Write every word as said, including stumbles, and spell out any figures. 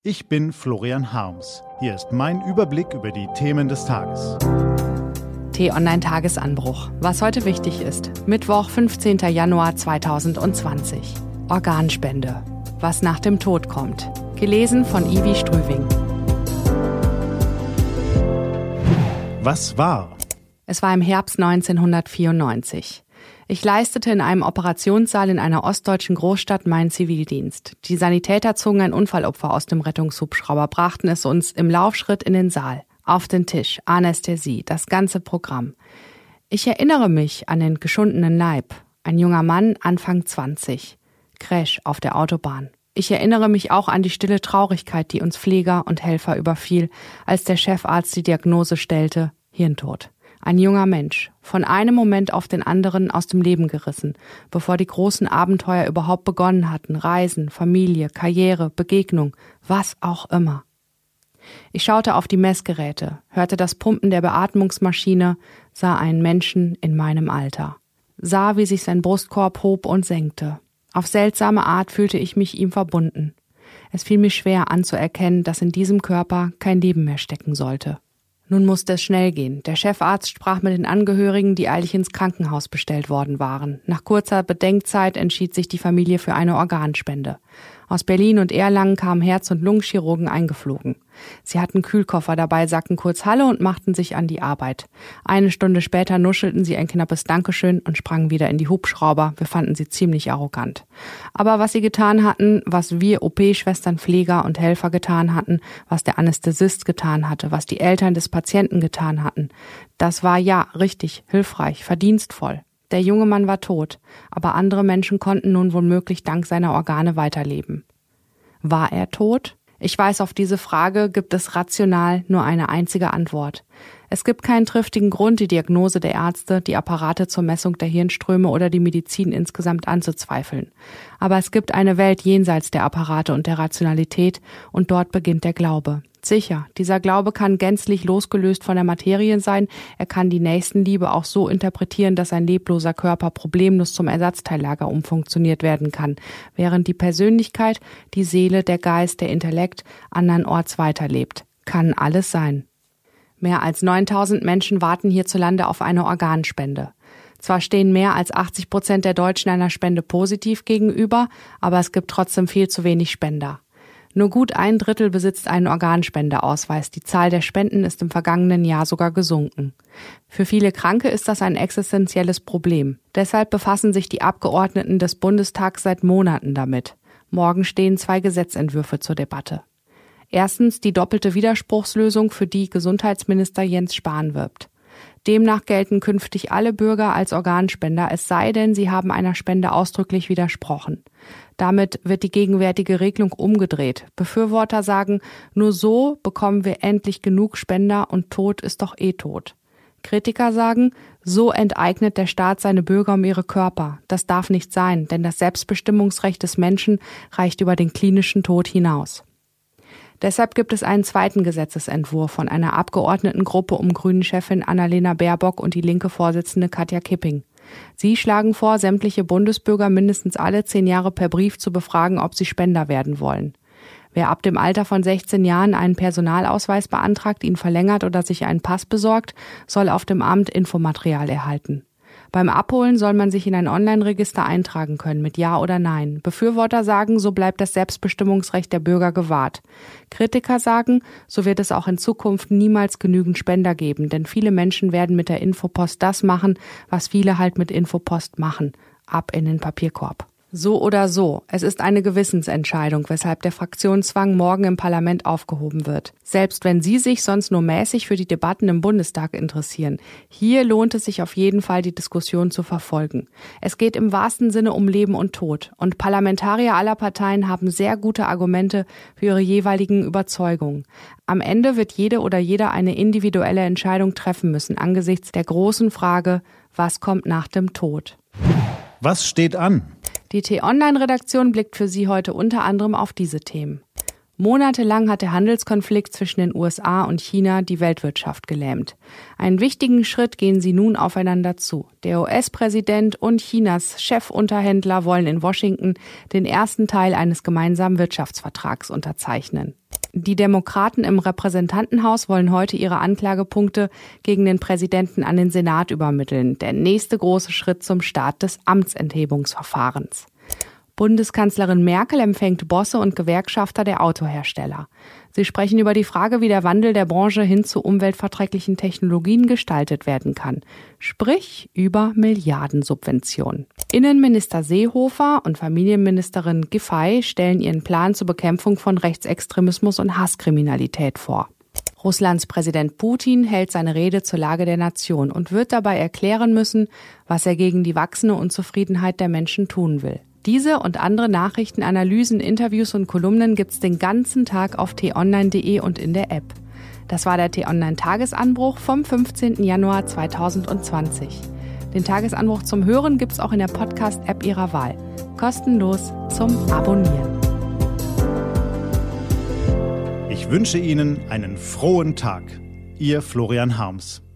Ich bin Florian Harms. Hier ist mein Überblick über die Themen des Tages. T-Online-Tagesanbruch. Was heute wichtig ist. Mittwoch, fünfzehnter Januar zweitausendzwanzig. Organspende. Was nach dem Tod kommt. Gelesen von Ivi Strüving. Was war? Es war im Herbst neunzehnhundertvierundneunzig. Ich leistete in einem Operationssaal in einer ostdeutschen Großstadt meinen Zivildienst. Die Sanitäter zogen ein Unfallopfer aus dem Rettungshubschrauber, brachten es uns im Laufschritt in den Saal. Auf den Tisch, Anästhesie, das ganze Programm. Ich erinnere mich an den geschundenen Leib. Ein junger Mann, Anfang zwanzig. Crash auf der Autobahn. Ich erinnere mich auch an die stille Traurigkeit, die uns Pfleger und Helfer überfiel, als der Chefarzt die Diagnose stellte: Hirntod. Ein junger Mensch, von einem Moment auf den anderen aus dem Leben gerissen, bevor die großen Abenteuer überhaupt begonnen hatten. Reisen, Familie, Karriere, Begegnung, was auch immer. Ich schaute auf die Messgeräte, hörte das Pumpen der Beatmungsmaschine, sah einen Menschen in meinem Alter. Sah, wie sich sein Brustkorb hob und senkte. Auf seltsame Art fühlte ich mich ihm verbunden. Es fiel mir schwer anzuerkennen, dass in diesem Körper kein Leben mehr stecken sollte. Nun musste es schnell gehen. Der Chefarzt sprach mit den Angehörigen, die eilig ins Krankenhaus bestellt worden waren. Nach kurzer Bedenkzeit entschied sich die Familie für eine Organspende. Aus Berlin und Erlangen kamen Herz- und Lungenchirurgen eingeflogen. Sie hatten Kühlkoffer dabei, sagten kurz Hallo und machten sich an die Arbeit. Eine Stunde später nuschelten sie ein knappes Dankeschön und sprangen wieder in die Hubschrauber. Wir fanden sie ziemlich arrogant. Aber was sie getan hatten, was wir O P-Schwestern, Pfleger und Helfer getan hatten, was der Anästhesist getan hatte, was die Eltern des Patienten getan hatten, das war ja richtig, hilfreich, verdienstvoll. Der junge Mann war tot, aber andere Menschen konnten nun womöglich dank seiner Organe weiterleben. War er tot? Ich weiß, auf diese Frage gibt es rational nur eine einzige Antwort. Es gibt keinen triftigen Grund, die Diagnose der Ärzte, die Apparate zur Messung der Hirnströme oder die Medizin insgesamt anzuzweifeln. Aber es gibt eine Welt jenseits der Apparate und der Rationalität, und dort beginnt der Glaube. Sicher, dieser Glaube kann gänzlich losgelöst von der Materie sein, er kann die Nächstenliebe auch so interpretieren, dass ein lebloser Körper problemlos zum Ersatzteillager umfunktioniert werden kann, während die Persönlichkeit, die Seele, der Geist, der Intellekt andernorts weiterlebt. Kann alles sein. Mehr als neuntausend Menschen warten hierzulande auf eine Organspende. Zwar stehen mehr als achtzig Prozent der Deutschen einer Spende positiv gegenüber, aber es gibt trotzdem viel zu wenig Spender. Nur gut ein Drittel besitzt einen Organspendeausweis. Die Zahl der Spenden ist im vergangenen Jahr sogar gesunken. Für viele Kranke ist das ein existenzielles Problem. Deshalb befassen sich die Abgeordneten des Bundestags seit Monaten damit. Morgen stehen zwei Gesetzentwürfe zur Debatte. Erstens die doppelte Widerspruchslösung, für die Gesundheitsminister Jens Spahn wirbt. Demnach gelten künftig alle Bürger als Organspender, es sei denn, sie haben einer Spende ausdrücklich widersprochen. Damit wird die gegenwärtige Regelung umgedreht. Befürworter sagen, nur so bekommen wir endlich genug Spender und Tod ist doch eh tot. Kritiker sagen, so enteignet der Staat seine Bürger um ihre Körper. Das darf nicht sein, denn das Selbstbestimmungsrecht des Menschen reicht über den klinischen Tod hinaus. Deshalb gibt es einen zweiten Gesetzesentwurf von einer Abgeordnetengruppe um Grünen-Chefin Annalena Baerbock und die linke Vorsitzende Katja Kipping. Sie schlagen vor, sämtliche Bundesbürger mindestens alle zehn Jahre per Brief zu befragen, ob sie Spender werden wollen. Wer ab dem Alter von sechzehn Jahren einen Personalausweis beantragt, ihn verlängert oder sich einen Pass besorgt, soll auf dem Amt Infomaterial erhalten. Beim Abholen soll man sich in ein Online-Register eintragen können mit Ja oder Nein. Befürworter sagen, so bleibt das Selbstbestimmungsrecht der Bürger gewahrt. Kritiker sagen, so wird es auch in Zukunft niemals genügend Spender geben, denn viele Menschen werden mit der Infopost das machen, was viele halt mit Infopost machen. Ab in den Papierkorb. So oder so, es ist eine Gewissensentscheidung, weshalb der Fraktionszwang morgen im Parlament aufgehoben wird. Selbst wenn Sie sich sonst nur mäßig für die Debatten im Bundestag interessieren, hier lohnt es sich auf jeden Fall, die Diskussion zu verfolgen. Es geht im wahrsten Sinne um Leben und Tod, und Parlamentarier aller Parteien haben sehr gute Argumente für ihre jeweiligen Überzeugungen. Am Ende wird jede oder jeder eine individuelle Entscheidung treffen müssen angesichts der großen Frage, was kommt nach dem Tod? Was steht an? Die T-Online-Redaktion blickt für Sie heute unter anderem auf diese Themen. Monatelang hat der Handelskonflikt zwischen den U S A und China die Weltwirtschaft gelähmt. Einen wichtigen Schritt gehen sie nun aufeinander zu. Der U S-Präsident und Chinas Chefunterhändler wollen in Washington den ersten Teil eines gemeinsamen Wirtschaftsvertrags unterzeichnen. Die Demokraten im Repräsentantenhaus wollen heute ihre Anklagepunkte gegen den Präsidenten an den Senat übermitteln. Der nächste große Schritt zum Start des Amtsenthebungsverfahrens. Bundeskanzlerin Merkel empfängt Bosse und Gewerkschafter der Autohersteller. Sie sprechen über die Frage, wie der Wandel der Branche hin zu umweltverträglichen Technologien gestaltet werden kann. Sprich über Milliardensubventionen. Innenminister Seehofer und Familienministerin Giffey stellen ihren Plan zur Bekämpfung von Rechtsextremismus und Hasskriminalität vor. Russlands Präsident Putin hält seine Rede zur Lage der Nation und wird dabei erklären müssen, was er gegen die wachsende Unzufriedenheit der Menschen tun will. Diese und andere Nachrichten, Analysen, Interviews und Kolumnen gibt's den ganzen Tag auf t online punkt de und in der App. Das war der T-Online-Tagesanbruch vom fünfzehnten Januar zweitausendzwanzig. Den Tagesanbruch zum Hören gibt's auch in der Podcast-App Ihrer Wahl. Kostenlos zum Abonnieren. Ich wünsche Ihnen einen frohen Tag. Ihr Florian Harms.